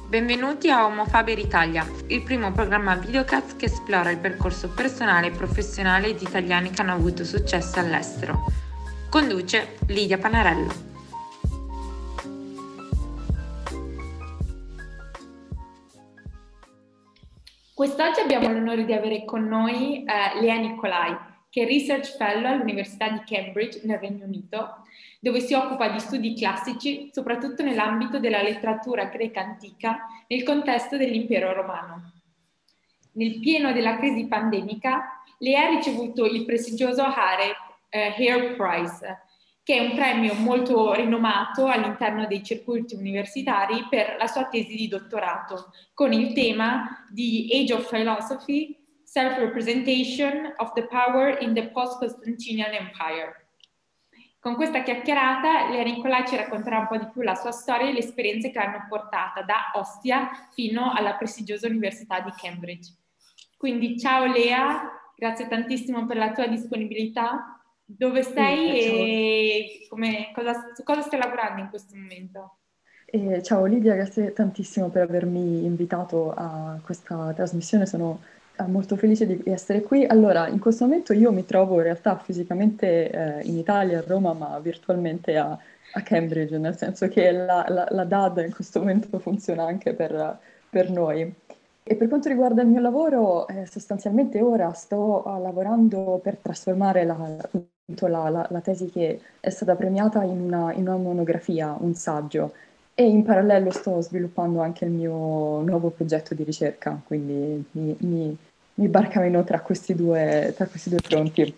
Benvenuti a Homo Faber Italia, il primo programma videocast che esplora il percorso personale e professionale di italiani che hanno avuto successo all'estero. Conduce Lidia Panarello. Quest'oggi abbiamo l'onore di avere con noi Lea Nicolai, che è Research Fellow all'Università di Cambridge nel Regno Unito, dove si occupa di studi classici, soprattutto nell'ambito della letteratura greca antica nel contesto dell'Impero Romano. Nel pieno della crisi pandemica, Lea ha ricevuto il prestigioso Hare Prize, che è un premio molto rinomato all'interno dei circuiti universitari per la sua tesi di dottorato, con il tema di Age of Philosophy, Self-Representation of the Power in the Post-Constantinian Empire. Con questa chiacchierata, Lea Nicolai ci racconterà un po' di più la sua storia e le esperienze che l'hanno portata da Ostia fino alla prestigiosa Università di Cambridge. Quindi ciao Lea, grazie tantissimo per la tua disponibilità. Dove sei e su cosa stai lavorando in questo momento? Ciao Lidia, grazie tantissimo per avermi invitato a questa trasmissione, sono molto felice di essere qui. Allora, in questo momento io mi trovo in realtà fisicamente in Italia, a Roma, ma virtualmente a Cambridge, nel senso che la DAD in questo momento funziona anche per noi. E per quanto riguarda il mio lavoro, sostanzialmente ora sto lavorando per trasformare la tesi che è stata premiata in una monografia, un saggio. E in parallelo sto sviluppando anche il mio nuovo progetto di ricerca, quindi mi barcameno tra questi due fronti.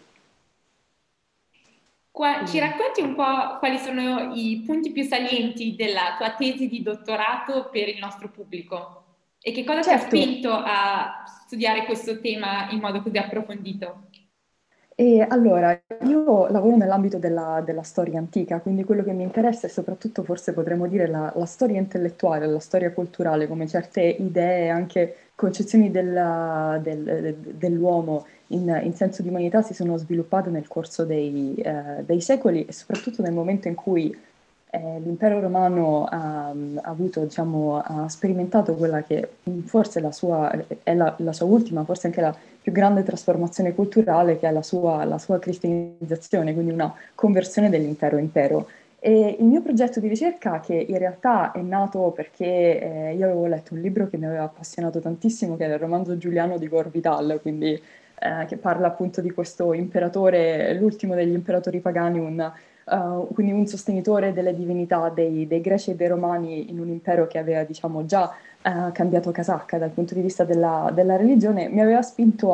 Ci racconti un po' quali sono i punti più salienti della tua tesi di dottorato per il nostro pubblico e che cosa ti ha Certo. spinto a studiare questo tema in modo così approfondito? E allora, io lavoro nell'ambito della storia antica, quindi quello che mi interessa è soprattutto, forse potremmo dire, la storia intellettuale, la storia culturale, come certe idee e anche concezioni dell'uomo in senso di umanità si sono sviluppate nel corso dei secoli e soprattutto nel momento in cui l'impero romano ha avuto, diciamo, ha sperimentato quella che forse è la sua ultima, forse anche la più grande trasformazione culturale, che è la sua cristianizzazione, quindi una conversione dell'intero impero. E il mio progetto di ricerca, che in realtà è nato perché io avevo letto un libro che mi aveva appassionato tantissimo, che era il romanzo Giuliano di Gore Vidal, quindi che parla appunto di questo imperatore, l'ultimo degli imperatori pagani, quindi un sostenitore delle divinità dei greci e dei romani in un impero che aveva, diciamo, già cambiato casacca dal punto di vista della religione, mi aveva spinto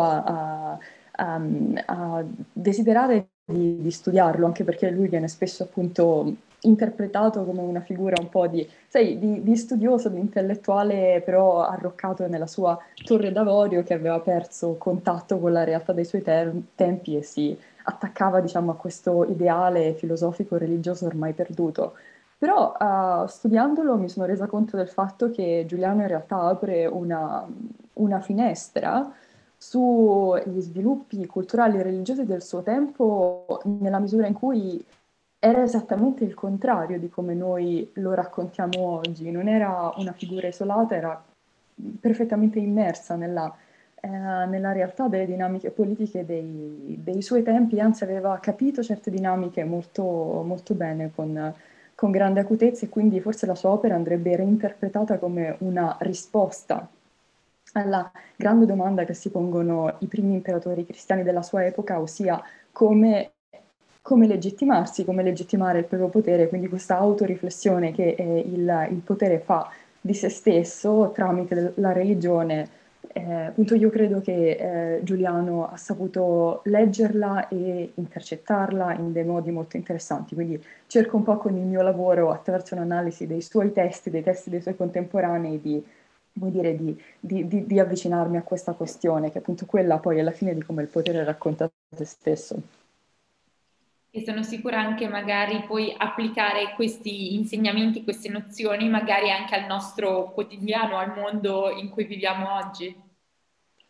a desiderare di studiarlo, anche perché lui viene spesso appunto interpretato come una figura un po' sai, di studioso, di intellettuale, però arroccato nella sua torre d'avorio che aveva perso contatto con la realtà dei suoi tempi e si attaccava, diciamo, a questo ideale filosofico religioso ormai perduto. Però studiandolo mi sono resa conto del fatto che Giuliano in realtà apre una finestra sugli sviluppi culturali e religiosi del suo tempo, nella misura in cui era esattamente il contrario di come noi lo raccontiamo oggi. Non era una figura isolata, era perfettamente immersa nella realtà delle dinamiche politiche dei suoi tempi, anzi aveva capito certe dinamiche molto, molto bene, con grande acutezza, e quindi forse la sua opera andrebbe reinterpretata come una risposta alla grande domanda che si pongono i primi imperatori cristiani della sua epoca, ossia come legittimarsi, come legittimare il proprio potere, quindi questa autoriflessione che il potere fa di se stesso tramite la religione. Appunto, io credo che Giuliano ha saputo leggerla e intercettarla in dei modi molto interessanti, quindi cerco un po' con il mio lavoro, attraverso un'analisi dei suoi testi, dei testi dei suoi contemporanei, come dire, di avvicinarmi a questa questione, che è appunto quella poi alla fine di come il potere racconta se stesso. E sono sicura anche magari poi applicare questi insegnamenti, queste nozioni magari anche al nostro quotidiano, al mondo in cui viviamo oggi.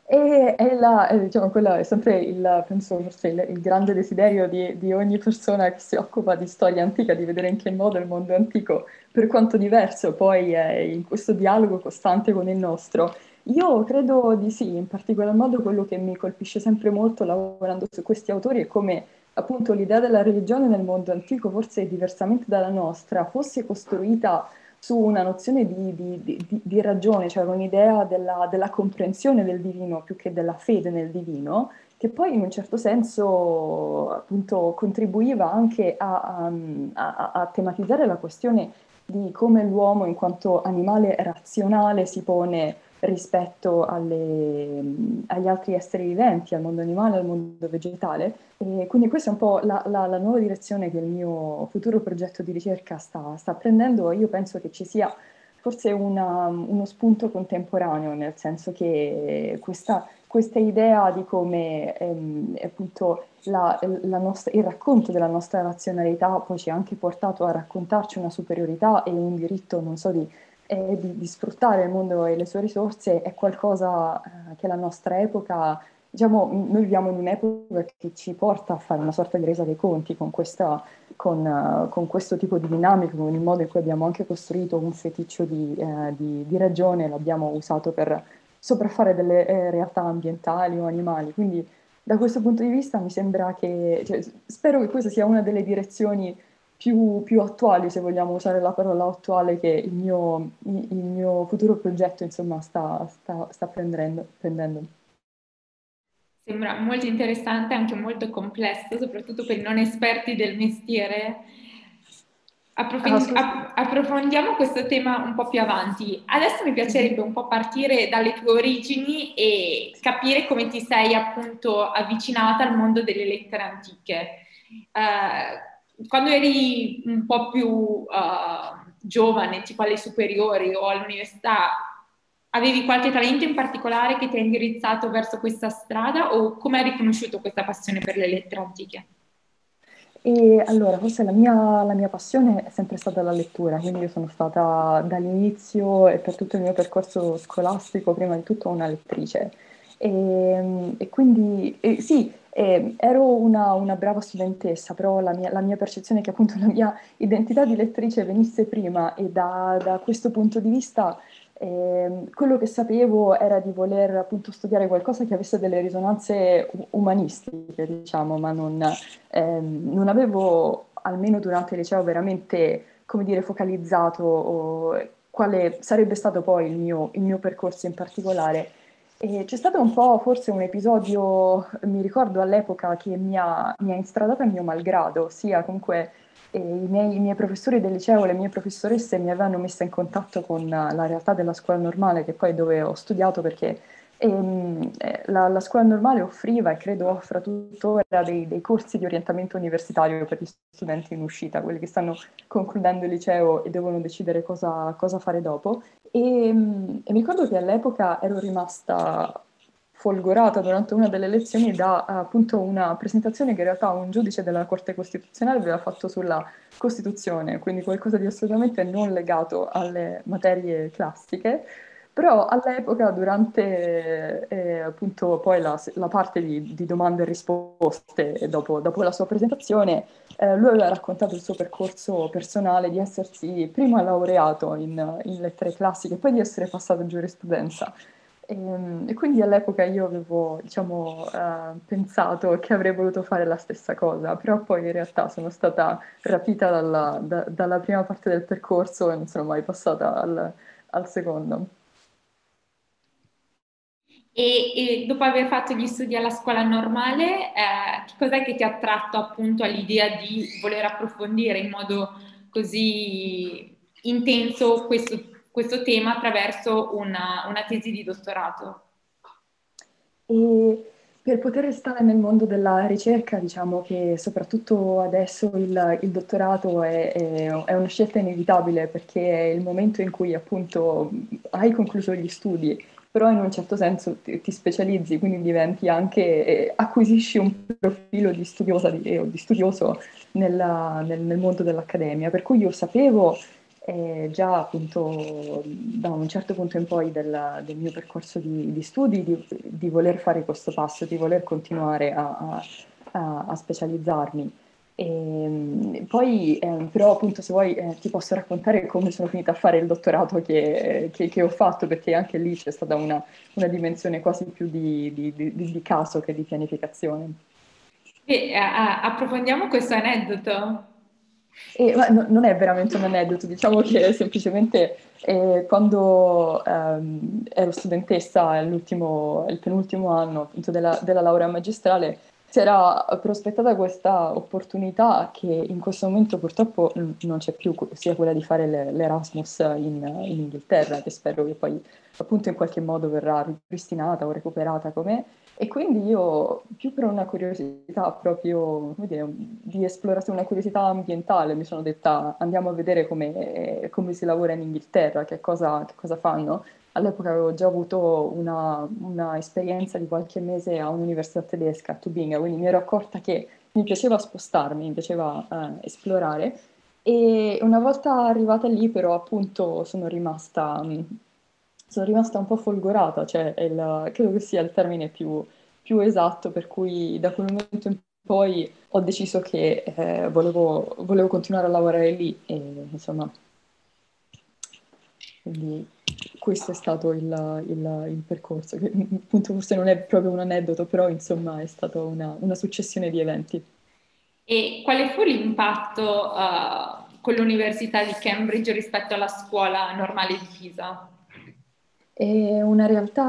Diciamo, quello è sempre penso, forse il grande desiderio di ogni persona che si occupa di storia antica, di vedere in che modo il mondo antico, per quanto diverso, poi è in questo dialogo costante con il nostro. Io credo di sì, in particolar modo quello che mi colpisce sempre molto lavorando su questi autori è come appunto l'idea della religione nel mondo antico, forse diversamente dalla nostra, fosse costruita su una nozione di ragione, cioè un'idea della comprensione del divino più che della fede nel divino, che poi in un certo senso appunto contribuiva anche a tematizzare la questione di come l'uomo in quanto animale razionale si pone rispetto agli altri esseri viventi, al mondo animale, al mondo vegetale. E quindi questa è un po' la nuova direzione che il mio futuro progetto di ricerca sta prendendo. Io penso che ci sia forse uno spunto contemporaneo, nel senso che questa idea di come appunto il racconto della nostra razionalità poi ci ha anche portato a raccontarci una superiorità e un diritto, non so, di sfruttare il mondo e le sue risorse, è qualcosa che la nostra epoca, diciamo, noi viviamo in un'epoca che ci porta a fare una sorta di resa dei conti con questo tipo di dinamica, con il modo in cui abbiamo anche costruito un feticcio di ragione, l'abbiamo usato per sopraffare delle realtà ambientali o animali. Quindi da questo punto di vista mi sembra che, cioè, spero che questa sia una delle direzioni più attuali, se vogliamo usare la parola attuale, che il mio futuro progetto, insomma, sta prendendo. Sembra molto interessante, anche molto complesso, soprattutto per i non esperti del mestiere. Ah, scusa. Approfondiamo questo tema un po' più avanti. Adesso mi piacerebbe un po' partire dalle tue origini e capire come ti sei appunto avvicinata al mondo delle lettere antiche. Quando eri un po' più giovane, tipo alle superiori o all'università, avevi qualche talento in particolare che ti ha indirizzato verso questa strada o come hai riconosciuto questa passione per le lettere antiche? E allora, forse la mia passione è sempre stata la lettura, quindi io sono stata dall'inizio e per tutto il mio percorso scolastico, prima di tutto, una lettrice. E quindi sì, ero una brava studentessa, però la mia percezione è che appunto la mia identità di lettrice venisse prima e da questo punto di vista quello che sapevo era di voler appunto studiare qualcosa che avesse delle risonanze umanistiche, diciamo, ma non avevo, almeno durante il liceo, veramente, come dire, focalizzato quale sarebbe stato poi il mio percorso in particolare. E c'è stato un po', forse un episodio, mi ricordo all'epoca, che mi ha instradato a mio malgrado, ossia comunque i miei professori del liceo e le mie professoresse mi avevano messa in contatto con la realtà della scuola normale, che poi è dove ho studiato perché la scuola normale offriva e credo offra tuttora dei corsi di orientamento universitario per gli studenti in uscita, quelli che stanno concludendo il liceo e devono decidere cosa fare dopo. E mi ricordo che all'epoca ero rimasta folgorata durante una delle lezioni da appunto una presentazione che in realtà un giudice della Corte Costituzionale aveva fatto sulla Costituzione, quindi qualcosa di assolutamente non legato alle materie classiche. Però all'epoca, durante appunto poi la parte di domande e risposte, e dopo la sua presentazione, lui aveva raccontato il suo percorso personale di essersi prima laureato in lettere classiche e poi di essere passato in giurisprudenza. E quindi all'epoca io avevo, diciamo, pensato che avrei voluto fare la stessa cosa, però poi in realtà sono stata rapita dalla prima parte del percorso e non sono mai passata al secondo. E dopo aver fatto gli studi alla scuola normale, che cos'è che ti ha attratto appunto all'idea di voler approfondire in modo così intenso questo tema attraverso una tesi di dottorato? E per poter restare nel mondo della ricerca, diciamo che soprattutto adesso il dottorato è una scelta inevitabile perché è il momento in cui appunto hai concluso gli studi, però in un certo senso ti specializzi, quindi diventi anche, acquisisci un profilo di studiosa o di studioso nel mondo dell'accademia. Per cui io sapevo già appunto da un certo punto in poi del mio percorso di studi di voler fare questo passo, di voler continuare a specializzarmi. Poi però appunto se vuoi ti posso raccontare come sono finita a fare il dottorato che ho fatto, perché anche lì c'è stata una dimensione quasi più di caso che di pianificazione. Approfondiamo questo aneddoto. Ma non è veramente un aneddoto, diciamo che semplicemente quando ero studentessa, il penultimo anno appunto della laurea magistrale, si era prospettata questa opportunità che in questo momento purtroppo non c'è più, sia quella di fare l'Erasmus in Inghilterra, che spero che poi appunto in qualche modo verrà ripristinata o recuperata com'è. E quindi io, più per una curiosità proprio, come dire, di esplorazione, una curiosità ambientale, mi sono detta andiamo a vedere come si lavora in Inghilterra, che cosa fanno. All'epoca avevo già avuto una esperienza di qualche mese a un'università tedesca, a Tubinga, quindi mi ero accorta che mi piaceva spostarmi, mi piaceva esplorare. E una volta arrivata lì, però, appunto, sono rimasta un po' folgorata, cioè credo che sia il termine più esatto, per cui da quel momento in poi ho deciso che volevo continuare a lavorare lì, e insomma, quindi questo è stato il percorso, che appunto forse non è proprio un aneddoto, però insomma è stata una successione di eventi. E quale fu l'impatto con l'Università di Cambridge rispetto alla scuola normale di Pisa? È una realtà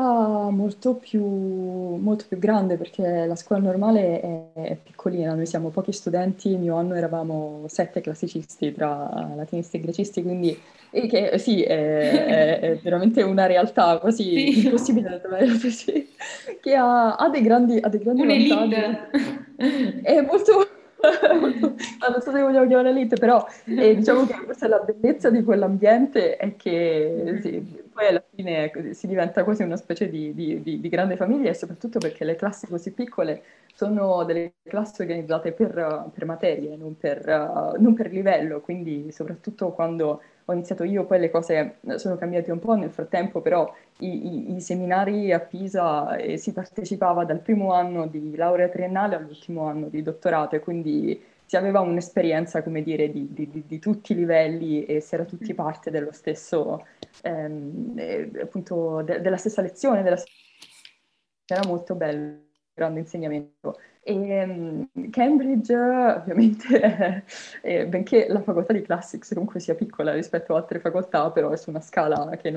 molto più grande, perché la scuola normale è piccolina, noi siamo pochi studenti, il mio anno eravamo 7 classicisti tra latinisti e grecisti, quindi sì, è veramente una realtà quasi Sì, impossibile da trovare, sì, che ha dei grandi un'elite. vantaggi. È molto, non so se vogliamo chiamare elite, però diciamo che forse la bellezza di quell'ambiente è che sì, poi alla fine si diventa quasi una specie di grande famiglia, e soprattutto perché le classi così piccole sono delle classi organizzate per materie, non per livello, quindi soprattutto quando ho iniziato io, poi le cose sono cambiate un po' nel frattempo, però i seminari a Pisa si partecipava dal primo anno di laurea triennale all'ultimo anno di dottorato, e quindi si aveva un'esperienza, come dire, di tutti i livelli, e si era tutti parte dello stesso, appunto, della stessa lezione, era molto bello, grande insegnamento. Cambridge, ovviamente, benché la facoltà di Classics comunque sia piccola rispetto a altre facoltà, però è su una scala che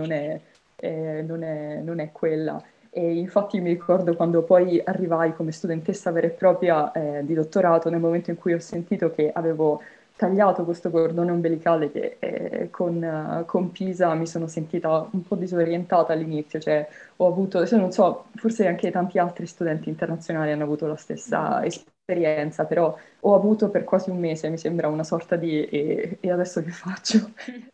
non è quella. E infatti mi ricordo quando poi arrivai come studentessa vera e propria di dottorato, nel momento in cui ho sentito che avevo tagliato questo cordone ombelicale, che con Pisa mi sono sentita un po' disorientata all'inizio, cioè ho avuto, adesso non so, forse anche tanti altri studenti internazionali hanno avuto la stessa esperienza, però ho avuto per quasi un mese, mi sembra una sorta di e adesso che faccio?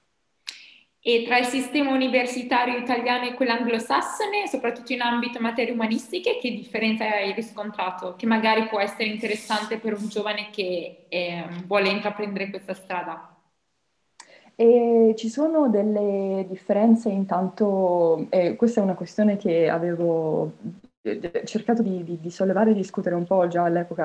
E tra il sistema universitario italiano e quello anglosassone, soprattutto in ambito materie umanistiche, che differenza hai riscontrato? Che magari può essere interessante per un giovane che vuole intraprendere questa strada? E ci sono delle differenze, intanto, questa è una questione che avevo cercato di sollevare e discutere un po' già all'epoca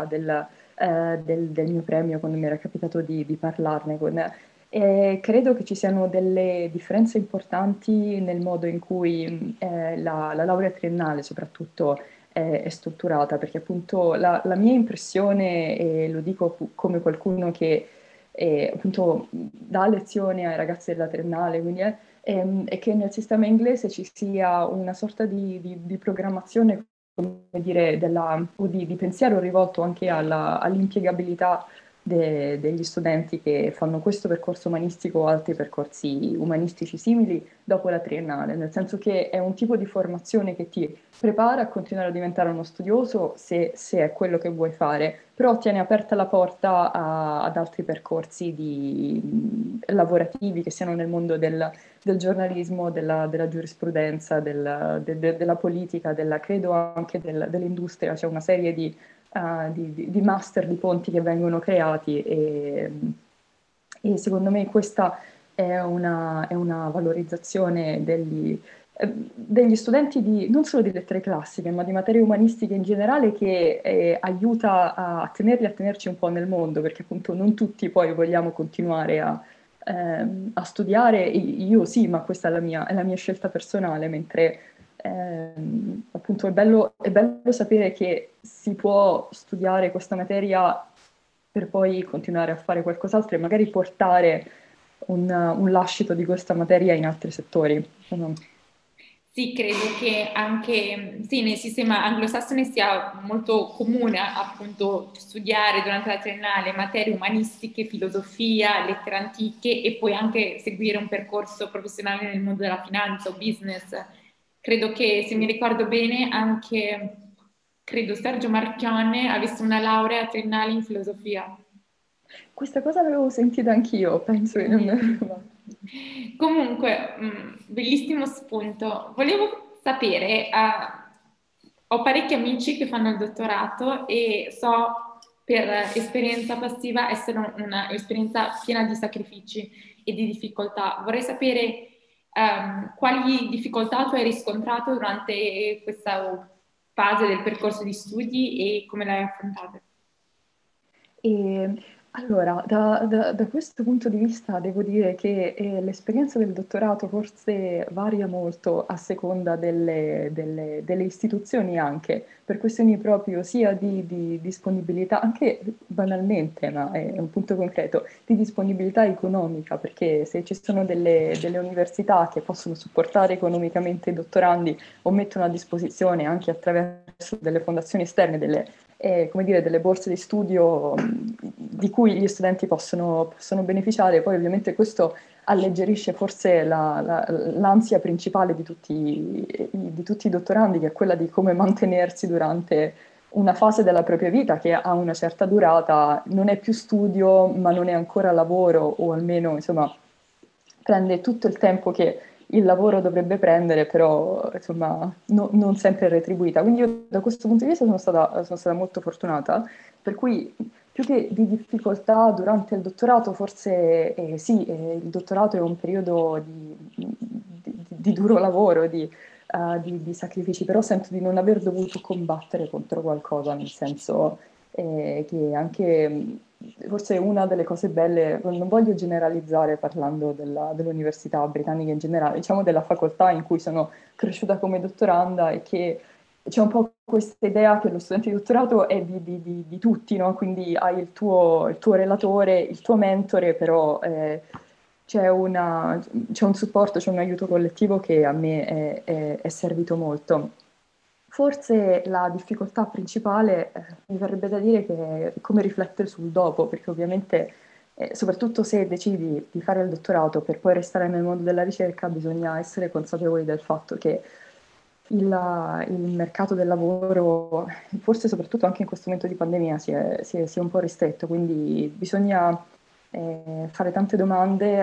del mio premio, quando mi era capitato di parlarne credo che ci siano delle differenze importanti nel modo in cui la laurea triennale soprattutto è strutturata, perché appunto la mia impressione, e lo dico come qualcuno che appunto dà lezioni ai ragazzi della triennale, quindi è che nel sistema inglese ci sia una sorta di programmazione, come dire, o di pensiero rivolto anche all'impiegabilità degli studenti che fanno questo percorso umanistico o altri percorsi umanistici simili dopo la triennale, nel senso che è un tipo di formazione che ti prepara a continuare a diventare uno studioso, se è quello che vuoi fare, però tiene aperta la porta ad altri percorsi lavorativi, che siano nel mondo del giornalismo, della giurisprudenza, della politica, credo anche dell'industria. C'è una serie di master, di ponti che vengono creati, e secondo me è una valorizzazione degli studenti non solo di lettere classiche, ma di materie umanistiche in generale che aiuta a tenerci un po' nel mondo, perché appunto non tutti poi vogliamo continuare a studiare. Io sì, ma questa è la mia scelta personale, mentre appunto è bello sapere che si può studiare questa materia per poi continuare a fare qualcos'altro e magari portare un lascito di questa materia in altri settori. Sì, credo che anche sì, nel sistema anglosassone sia molto comune appunto studiare durante la triennale materie umanistiche, filosofia, lettere antiche e poi anche seguire un percorso professionale nel mondo della finanza o business. Credo che, se mi ricordo bene, anche credo Sergio Marchionne avesse una laurea triennale in filosofia. Questa cosa l'avevo sentita anch'io, penso che non... Comunque, bellissimo spunto. Volevo sapere, ho parecchi amici che fanno il dottorato e so per esperienza passiva essere un'esperienza piena di sacrifici e di difficoltà. Vorrei sapere quali difficoltà tu hai riscontrato durante questa fase del percorso di studi e come l'hai affrontata. E allora, da questo punto di vista devo dire che l'esperienza del dottorato forse varia molto a seconda delle istituzioni anche, per questioni proprio sia di disponibilità, anche banalmente, ma è un punto concreto, di disponibilità economica, perché se ci sono delle università che possono supportare economicamente i dottorandi o mettono a disposizione anche attraverso delle fondazioni esterne come dire, delle borse di studio di cui gli studenti possono beneficiare. Poi ovviamente questo alleggerisce forse l'ansia principale di tutti i dottorandi, che è quella di come mantenersi durante una fase della propria vita che ha una certa durata, non è più studio, ma non è ancora lavoro, o almeno, insomma, prende tutto il tempo che il lavoro dovrebbe prendere, però insomma non sempre retribuita. Quindi io da questo punto di vista sono stata molto fortunata, per cui più che di difficoltà durante il dottorato, forse sì, il dottorato è un periodo di duro lavoro, di sacrifici, però sento di non aver dovuto combattere contro qualcosa, nel senso che anche forse una delle cose belle, non voglio generalizzare parlando dell'università britannica in generale, diciamo della facoltà in cui sono cresciuta come dottoranda, e che c'è un po' questa idea che lo studente di dottorato è di tutti, no? Quindi hai il tuo relatore, il tuo mentore, però c'è un supporto, c'è un aiuto collettivo che a me è servito molto. Forse la difficoltà principale, mi verrebbe da dire, che è come riflettere sul dopo, perché ovviamente, soprattutto se decidi di fare il dottorato per poi restare nel mondo della ricerca, bisogna essere consapevoli del fatto che il mercato del lavoro, forse soprattutto anche in questo momento di pandemia, si è un po' ristretto, quindi bisogna fare tante domande,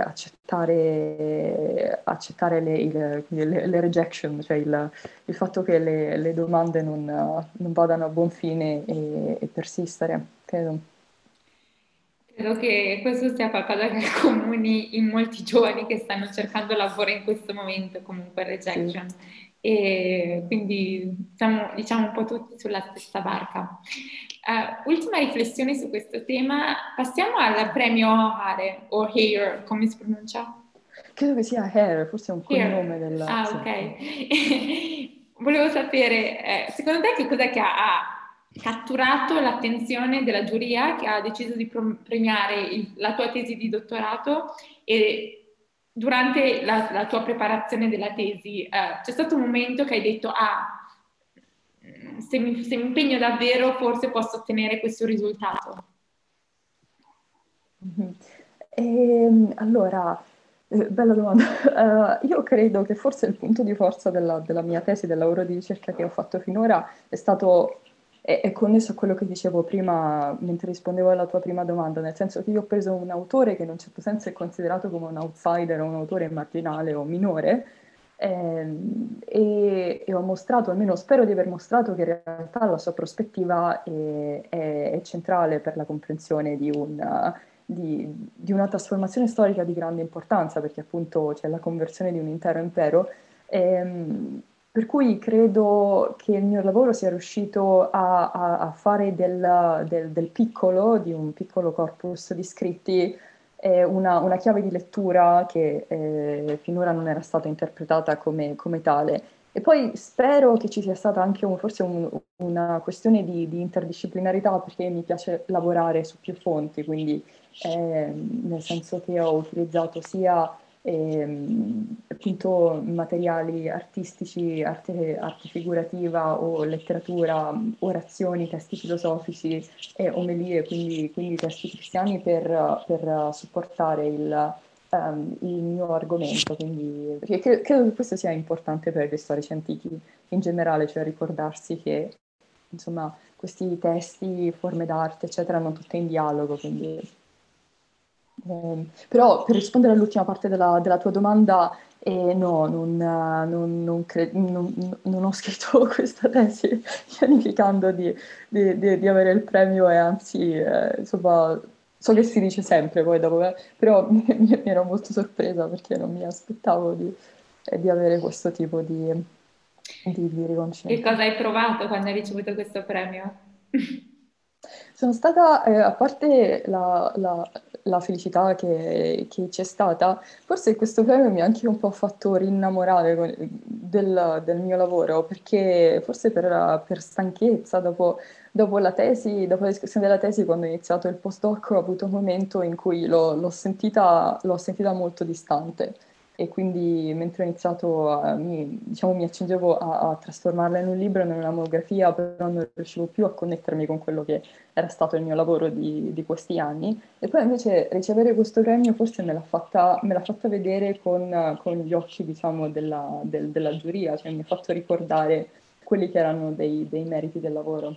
accettare le rejection, cioè il fatto che le domande non vadano a buon fine e persistere, credo. Credo che questo sia qualcosa che accomuni in molti giovani che stanno cercando lavoro in questo momento, comunque Sì. rejection. E quindi siamo, diciamo, un po' tutti sulla stessa barca. Ultima riflessione su questo tema, passiamo al premio Hare o Hare, come si pronuncia? Credo che sia Hair, forse è un cognome Hare. del... Ah, Sì. ok. Volevo sapere, secondo te che cos'è che ha catturato l'attenzione della giuria che ha deciso di premiare la tua tesi di dottorato e durante la tua preparazione della tesi, c'è stato un momento che hai detto, se mi impegno davvero forse posso ottenere questo risultato. Mhm. Allora, bella domanda. Io credo che forse il punto di forza della mia tesi, del lavoro di ricerca che ho fatto finora, è connesso a quello che dicevo prima mentre rispondevo alla tua prima domanda, nel senso che io ho preso un autore che in un certo senso è considerato come un outsider, o un autore marginale o minore, e ho mostrato, almeno spero di aver mostrato, che in realtà la sua prospettiva è centrale per la comprensione di una trasformazione storica di grande importanza, perché appunto c'è la conversione di un intero impero. Per cui credo che il mio lavoro sia riuscito a fare del piccolo, di un piccolo corpus di scritti, una chiave di lettura che finora non era stata interpretata come tale. E poi spero che ci sia stata anche forse una questione di interdisciplinarità, perché mi piace lavorare su più fonti, quindi nel senso che ho utilizzato sia appunto materiali artistici, arte figurativa o letteratura, orazioni, testi filosofici e omelie, quindi testi cristiani per supportare il mio argomento. Quindi, perché credo che questo sia importante per gli storici antichi in generale, cioè ricordarsi che insomma questi testi, forme d'arte, eccetera, hanno tutte in dialogo, quindi però per rispondere all'ultima parte della tua domanda, no, non ho scritto questa tesi pianificando di avere il premio e anzi, insomma, so che si dice sempre poi dopo, però mi ero molto sorpresa perché non mi aspettavo di avere questo tipo di Che riconoscimento. cosa hai provato quando hai ricevuto questo premio? Sono stata, a parte la felicità che c'è stata, forse questo premio mi ha anche un po' fatto rinnamorare del mio lavoro, perché forse per stanchezza, dopo la tesi, dopo la discussione della tesi, quando ho iniziato il postdoc, ho avuto un momento in cui l'ho sentita molto distante. E quindi mentre ho iniziato, diciamo, mi accingevo a trasformarla in un libro, in una monografia, però non riuscivo più a connettermi con quello che era stato il mio lavoro di questi anni. E poi invece ricevere questo premio forse me l'ha fatta vedere con gli occhi, diciamo, della giuria, cioè mi ha fatto ricordare quelli che erano dei meriti del lavoro.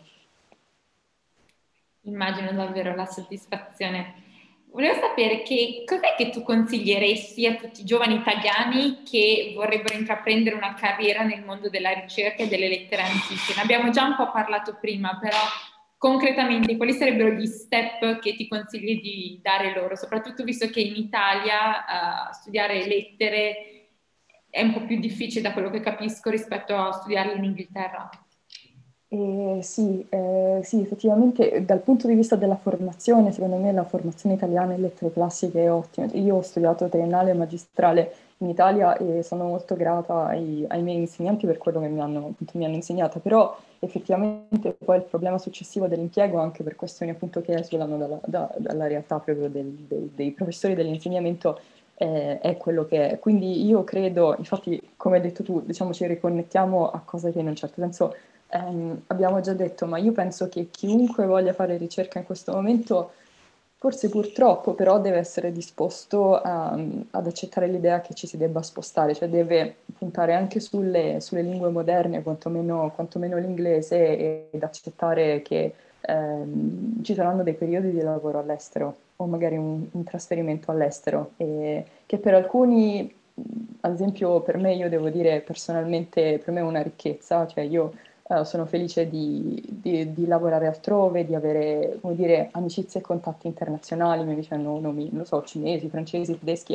Immagino davvero la soddisfazione. Volevo sapere che cos'è che tu consiglieresti a tutti i giovani italiani che vorrebbero intraprendere una carriera nel mondo della ricerca e delle lettere antiche? Ne abbiamo già un po' parlato prima, però concretamente quali sarebbero gli step che ti consigli di dare loro, soprattutto visto che in Italia studiare lettere è un po' più difficile da quello che capisco rispetto a studiarle in Inghilterra? Sì, sì, effettivamente dal punto di vista della formazione, secondo me la formazione italiana in lettere classiche è ottima. Io ho studiato triennale e magistrale in Italia e sono molto grata ai miei insegnanti per quello che appunto, mi hanno insegnato, però effettivamente poi il problema successivo dell'impiego, anche per questioni appunto che esulano dalla realtà proprio dei professori dell'insegnamento, è quello che è. Quindi io credo, infatti, come hai detto tu, diciamo ci riconnettiamo a cose che in un certo senso abbiamo già detto, ma io penso che chiunque voglia fare ricerca in questo momento, forse purtroppo, però deve essere disposto ad accettare l'idea che ci si debba spostare, cioè deve puntare anche sulle lingue moderne, quantomeno l'inglese, ed accettare che ci saranno dei periodi di lavoro all'estero o magari un trasferimento all'estero, e che per alcuni, ad esempio per me, io devo dire personalmente, per me è una ricchezza, cioè io sono felice di lavorare altrove, di avere, come dire, amicizie e contatti internazionali, mi dicendo nomi, non lo so, cinesi, francesi, tedeschi,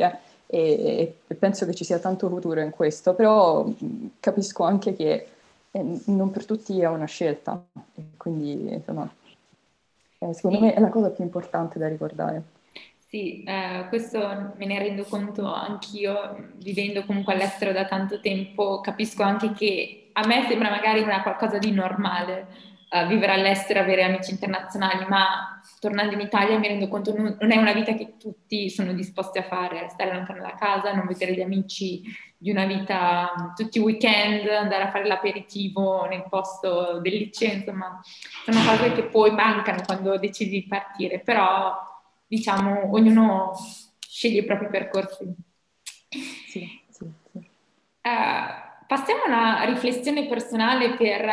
e penso che ci sia tanto futuro in questo, però capisco anche che non per tutti è una scelta, e quindi insomma, secondo me è Sì, la cosa più importante da ricordare. sì, questo me ne rendo conto anch'io, vivendo comunque all'estero da tanto tempo, capisco anche che a me sembra magari una qualcosa di normale, vivere all'estero, avere amici internazionali, ma tornando in Italia mi rendo conto non è una vita che tutti sono disposti a fare, stare lontano da casa, non vedere gli amici di una vita tutti i weekend, andare a fare l'aperitivo nel posto del liceo, insomma, sono cose che poi mancano quando decidi di partire, però diciamo, ognuno sceglie i propri percorsi. Sì, sì, sì. Passiamo a una riflessione personale per,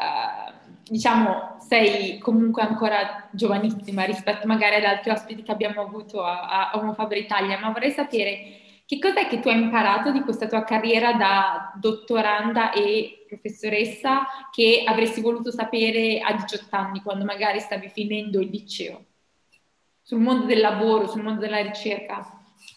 diciamo, sei comunque ancora giovanissima rispetto magari ad altri ospiti che abbiamo avuto a Homo Faber Italia, ma vorrei sapere che cos'è che tu hai imparato di questa tua carriera da dottoranda e professoressa che avresti voluto sapere a 18 anni, quando magari stavi finendo il liceo? sul mondo del lavoro, sul mondo della ricerca?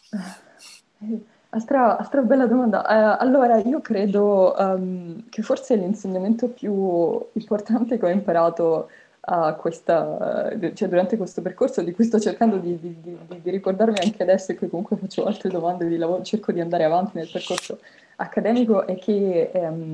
Altra bella domanda. Allora, io credo che forse l'insegnamento più importante che ho imparato cioè durante questo percorso, di cui sto cercando di ricordarmi anche adesso, e che comunque faccio altre domande di lavoro, cerco di andare avanti nel percorso accademico, è che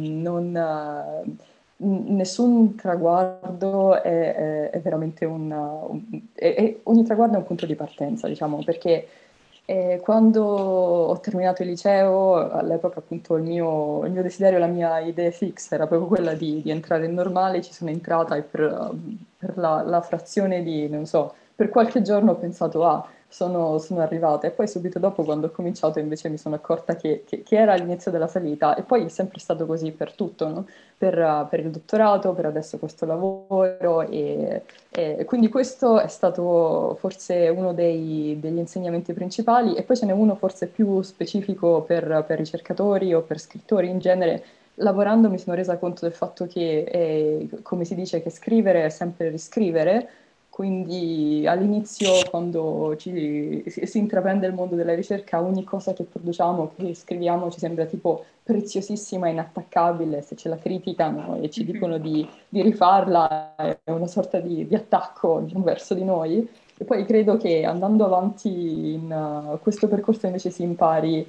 nessun traguardo è veramente ogni traguardo è un punto di partenza, diciamo, perché quando ho terminato il liceo, all'epoca appunto il mio desiderio, la mia idea fixa era proprio quella di entrare in normale. Ci sono entrata e per la frazione di, non so, per qualche giorno ho pensato, sono arrivata, e poi subito dopo, quando ho cominciato, invece mi sono accorta che era l'inizio della salita, e poi è sempre stato così per tutto, no? Per il dottorato, per adesso questo lavoro, e quindi questo è stato forse uno degli insegnamenti principali, e poi ce n'è uno forse più specifico per ricercatori o per scrittori in genere. Lavorando mi sono resa conto del fatto che, come si dice, che scrivere è sempre riscrivere. Quindi all'inizio, quando si intraprende il mondo della ricerca, ogni cosa che produciamo, che scriviamo, ci sembra tipo preziosissima, inattaccabile. Se ce la criticano e ci dicono di rifarla, è una sorta di attacco, diciamo, verso di noi. E poi credo che andando avanti in questo percorso invece si impari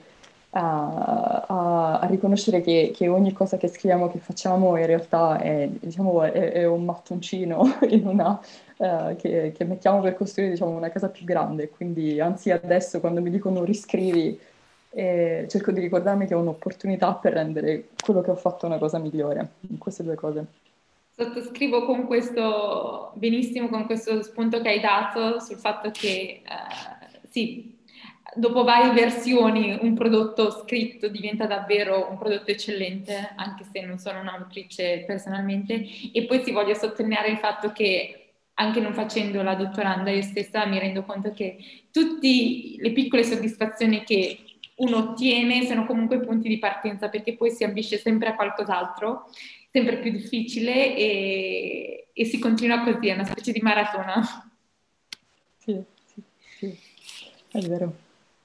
a riconoscere che ogni cosa che scriviamo, che facciamo, in realtà diciamo, è un mattoncino che mettiamo per costruire, diciamo, una casa più grande. Quindi, anzi, adesso quando mi dicono riscrivi, cerco di ricordarmi che è un'opportunità per rendere quello che ho fatto una cosa migliore. Queste due cose. Sottoscrivo benissimo con questo spunto che hai dato sul fatto che sì, dopo varie versioni un prodotto scritto diventa davvero un prodotto eccellente, anche se non sono un'autrice personalmente. E poi si voglio sottolineare il fatto che, anche non facendo la dottoranda, io stessa mi rendo conto che tutte le piccole soddisfazioni che uno ottiene sono comunque punti di partenza, perché poi si ambisce sempre a qualcos'altro, sempre più difficile, e si continua così, è una specie di maratona. Sì, sì, sì, è vero.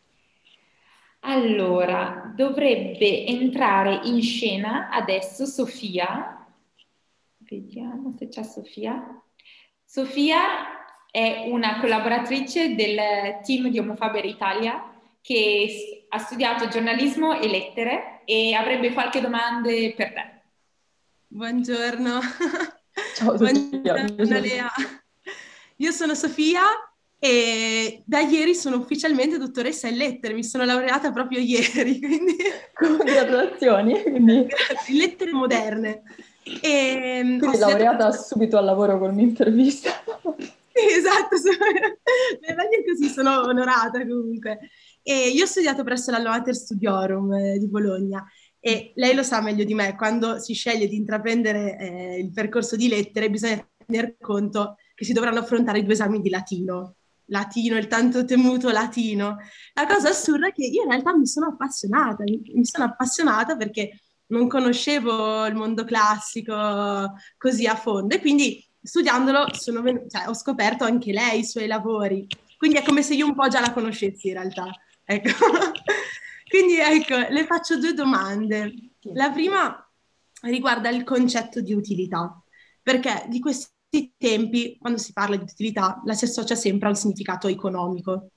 Allora, dovrebbe entrare in scena adesso Sofia. Vediamo se c'è Sofia. Sofia è una collaboratrice del team di Omofabere Italia, che ha studiato giornalismo e lettere e avrebbe qualche domanda per te. Buongiorno. Ciao Sofia, Buongiorno Lea. Io sono Sofia e da ieri sono ufficialmente dottoressa in lettere, mi sono laureata proprio ieri, quindi congratulazioni. Quindi grazie, in lettere moderne. E, ho studiato laureata subito al lavoro con un'intervista. Esatto, meglio così, sono onorata comunque. E io ho studiato presso l'Alma Mater Studiorum di Bologna, e lei lo sa meglio di me, quando si sceglie di intraprendere il percorso di lettere bisogna tener conto che si dovranno affrontare 2 esami di latino, il tanto temuto latino. La cosa assurda è che io in realtà mi sono appassionata perché non conoscevo il mondo classico così a fondo, e quindi studiandolo ho scoperto anche lei, i suoi lavori, quindi è come se io un po' già la conoscessi in realtà. Ecco. Quindi ecco, le faccio 2 domande. La prima riguarda il concetto di utilità, perché di questi tempi, quando si parla di utilità, la si associa sempre a un significato economico.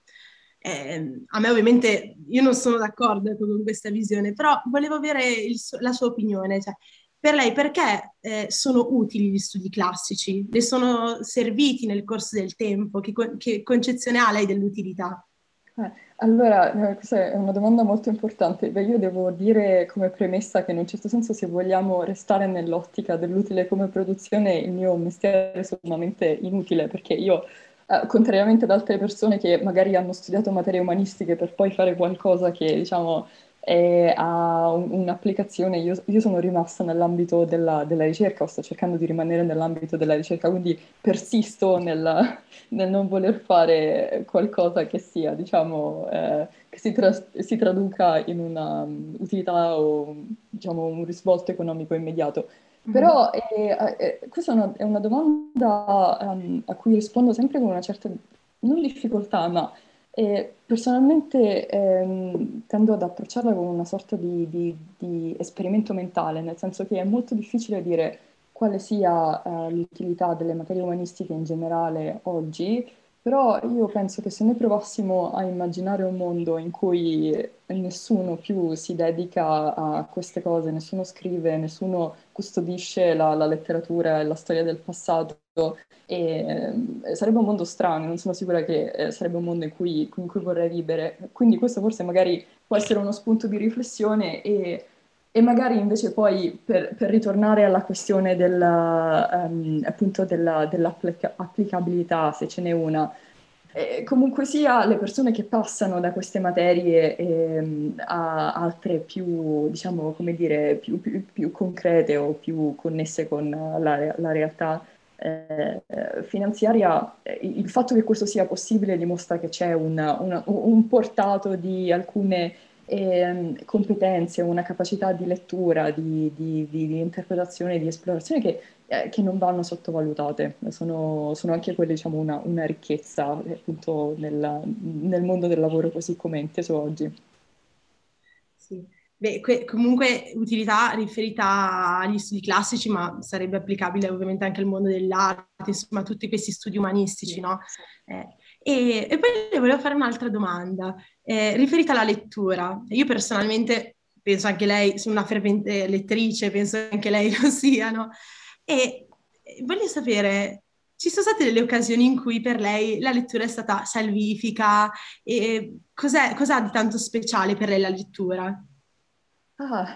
A me ovviamente, io non sono d'accordo con questa visione, però volevo avere la sua opinione. Cioè, per lei, perché sono utili gli studi classici? Le sono serviti nel corso del tempo? Che concezione ha lei dell'utilità? Allora, questa è una domanda molto importante. Beh, io devo dire come premessa che, in un certo senso, se vogliamo restare nell'ottica dell'utile come produzione, il mio mestiere è sommamente inutile, perché io, contrariamente ad altre persone che magari hanno studiato materie umanistiche per poi fare qualcosa che, diciamo, ha un'applicazione, io sono rimasta nell'ambito della ricerca, o sto cercando di rimanere nell'ambito della ricerca, quindi persisto nel non voler fare qualcosa che sia, diciamo, che si traduca in una utilità o, diciamo, un risvolto economico immediato. Però questa è una domanda a cui rispondo sempre con una certa non difficoltà, ma personalmente tendo ad approcciarla con una sorta di esperimento mentale, nel senso che è molto difficile dire quale sia l'utilità delle materie umanistiche in generale oggi, però io penso che se noi provassimo a immaginare un mondo in cui nessuno più si dedica a queste cose, nessuno scrive, nessuno custodisce la letteratura e la storia del passato, sarebbe un mondo strano, non sono sicura che sarebbe un mondo in cui vorrei vivere. Quindi questo forse magari può essere uno spunto di riflessione e magari invece poi per ritornare alla questione appunto dell'applicabilità, se ce n'è una, comunque sia, le persone che passano da queste materie a altre più, diciamo, come dire, più concrete o più connesse con la realtà finanziaria, il fatto che questo sia possibile dimostra che c'è un portato di alcune competenze, una capacità di lettura, di interpretazione, di esplorazione che non vanno sottovalutate. Sono anche quelle, diciamo, una ricchezza appunto nel mondo del lavoro così come è inteso oggi. Sì. Beh, comunque utilità riferita agli studi classici, ma sarebbe applicabile ovviamente anche al mondo dell'arte, insomma, a tutti questi studi umanistici, no? Eh, e poi le volevo fare un'altra domanda, riferita alla lettura. Io personalmente penso anche lei, sono una fervente lettrice, penso che anche lei lo sia, no? E voglio sapere, ci sono state delle occasioni in cui per lei la lettura è stata salvifica? E cos'ha di tanto speciale per lei la lettura? Ah,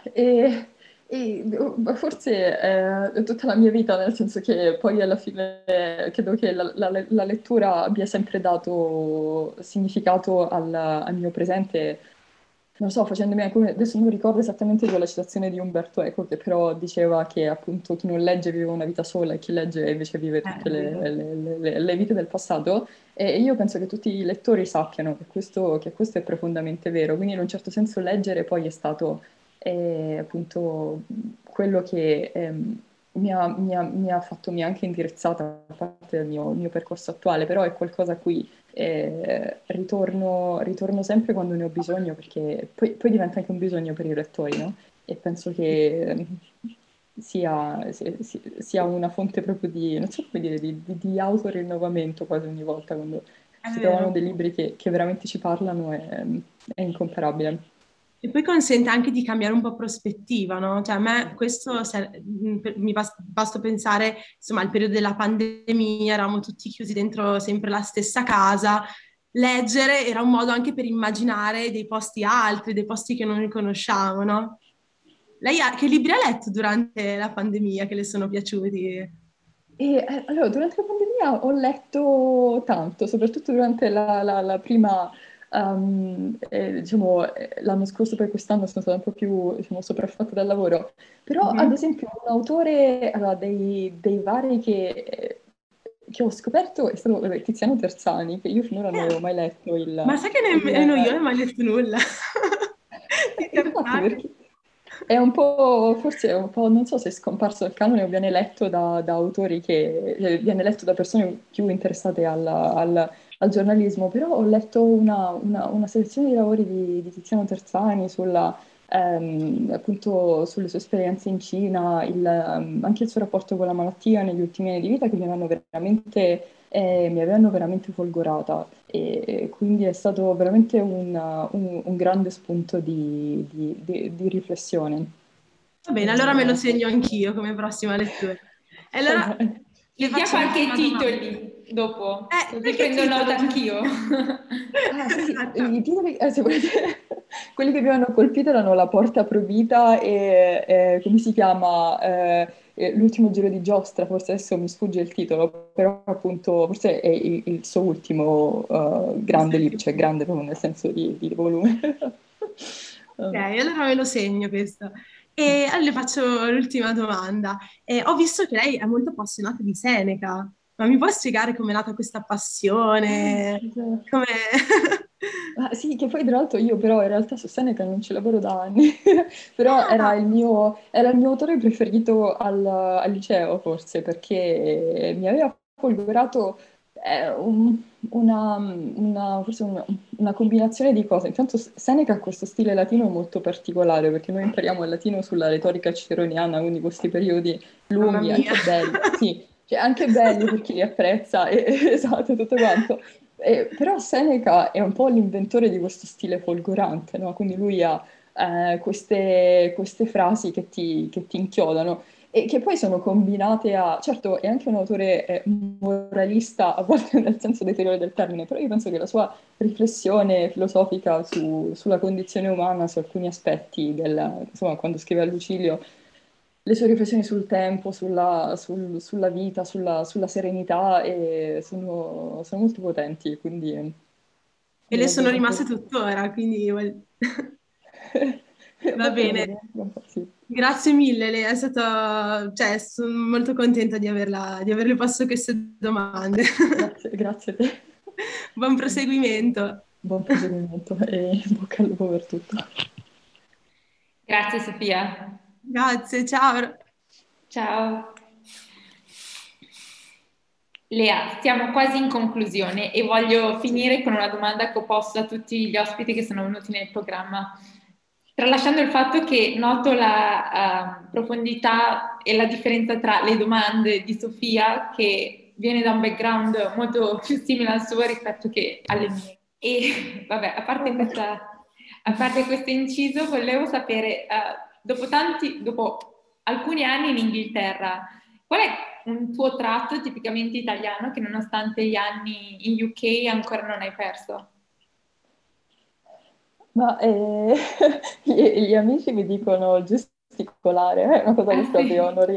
forse tutta la mia vita, nel senso che poi alla fine credo che la lettura abbia sempre dato significato al mio presente, non so, facendomi anche, adesso non ricordo esattamente quella citazione di Umberto Eco, che però diceva che appunto chi non legge vive una vita sola e chi legge invece vive tutte Vero. le vite del passato. E io penso che tutti i lettori sappiano che questo è profondamente vero, quindi in un certo senso leggere poi è stato appunto quello che mi ha anche indirizzata a parte del mio percorso attuale, però è qualcosa a cui ritorno sempre quando ne ho bisogno, perché poi diventa anche un bisogno per i lettori, no? E penso che sia una fonte proprio di, non so come dire, di autorinnovamento quasi ogni volta quando È si trovano vero. dei libri che veramente ci parlano, è incomparabile. E poi consente anche di cambiare un po' prospettiva, no? Cioè a me questo, basta pensare, insomma, al periodo della pandemia, eravamo tutti chiusi dentro sempre la stessa casa. Leggere era un modo anche per immaginare dei posti altri, dei posti che non riconosciamo, no? Che libri ha letto durante la pandemia che le sono piaciuti? Allora, durante la pandemia ho letto tanto, soprattutto durante la prima, diciamo, l'anno scorso, poi quest'anno sono stata un po' più, diciamo, sopraffatta dal lavoro. Però, ad Mhm. esempio, un autore, allora, dei vari che ho scoperto è stato Tiziano Terzani, che io finora non avevo mai letto Ma sai che il, nemmeno io non ho mai letto nulla? Di infatti, Terzani. perché è un po', forse è un po', non so se è scomparso dal canone o viene letto da autori viene letto da persone più interessate al giornalismo, però ho letto una selezione di lavori di Tiziano Terzani appunto sulle sue esperienze in Cina, anche il suo rapporto con la malattia negli ultimi anni di vita che mi avevano veramente folgorata e quindi è stato veramente un grande spunto di riflessione. Va bene, allora me lo Eh, segno anch'io come prossima lettura. E allora le Mi dia faccio qualche l'ultima domanda. titoli dopo, così Qualche prendo nota titolo. anch'io. Ah, sì, sì, Esatto. i titoli, se volete, quelli che mi hanno colpito erano La Porta Proibita come si chiama? L'ultimo giro di giostra, forse adesso mi sfugge il titolo, però appunto forse è il suo ultimo grande libro, cioè grande proprio nel senso di volume. Ok, allora me lo segno questo. E allora le faccio l'ultima domanda. Ho visto che lei è molto appassionata di Seneca, ma mi puoi spiegare come è nata questa passione? Esatto. Come... Ah, sì, che poi tra l'altro io però in realtà su Seneca non ci lavoro da anni, però era Ah, il mio autore preferito al liceo forse, perché mi aveva folgorato è forse una combinazione di cose. Intanto Seneca ha questo stile latino molto particolare, perché noi impariamo il latino sulla retorica ciceroniana, quindi questi periodi Mamma lunghi, mia. anche belli, sì, cioè anche belli per chi li apprezza, esatto, tutto quanto. Però Seneca è un po' l'inventore di questo stile folgorante, no? Quindi lui ha queste frasi che ti inchiodano e che poi sono combinate a... Certo, è anche un autore moralista, a volte nel senso deteriore del termine, però io penso che la sua riflessione filosofica sulla condizione umana, su alcuni aspetti insomma, quando scrive a Lucilio, le sue riflessioni sul tempo, sulla vita, sulla serenità, sono molto potenti, quindi E mi le leggo sono rimaste sempre... tuttora, quindi va Molto bene. bene, sì. Grazie mille, Lea, è stato, cioè, sono molto contenta di averle posto queste domande. Grazie a te. Buon proseguimento. Buon proseguimento e in bocca al lupo per tutto. Grazie Sofia. Grazie, ciao. Ciao. Lea, siamo quasi in conclusione e voglio finire con una domanda che ho posto a tutti gli ospiti che sono venuti nel programma. Tralasciando il fatto che noto la profondità e la differenza tra le domande di Sofia, che viene da un background molto più simile al suo rispetto che alle mie. E vabbè, a parte questo inciso, volevo sapere, dopo alcuni anni in Inghilterra, qual è un tuo tratto tipicamente italiano che nonostante gli anni in UK ancora non hai perso? Ma gli amici mi dicono gesticolare, è una cosa che proprio Sì.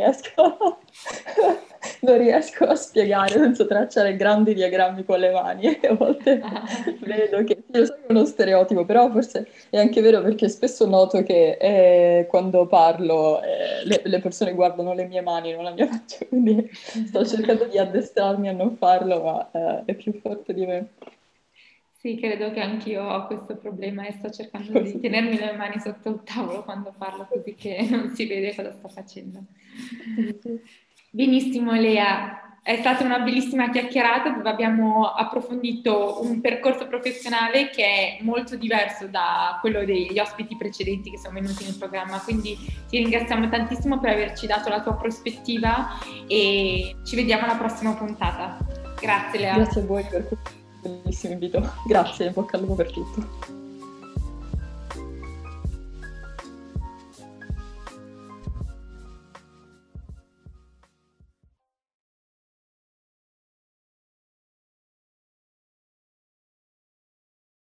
non riesco a spiegare senza tracciare grandi diagrammi con le mani. E a volte vedo che, io so che è uno stereotipo, però forse è anche vero perché spesso noto che quando parlo le persone guardano le mie mani, non la mia faccia, quindi sto cercando di addestrarmi a non farlo, ma è più forte di me. Sì, credo che anch'io ho questo problema e sto cercando di tenermi le mani sotto il tavolo quando parlo così che non si vede cosa sto facendo. Benissimo, Lea. È stata una bellissima chiacchierata dove abbiamo approfondito un percorso professionale che è molto diverso da quello degli ospiti precedenti che sono venuti nel programma, quindi ti ringraziamo tantissimo per averci dato la tua prospettiva e ci vediamo alla prossima puntata. Grazie, Lea. Grazie a voi per questo bellissimo invito. Grazie, in bocca al lupo per tutto.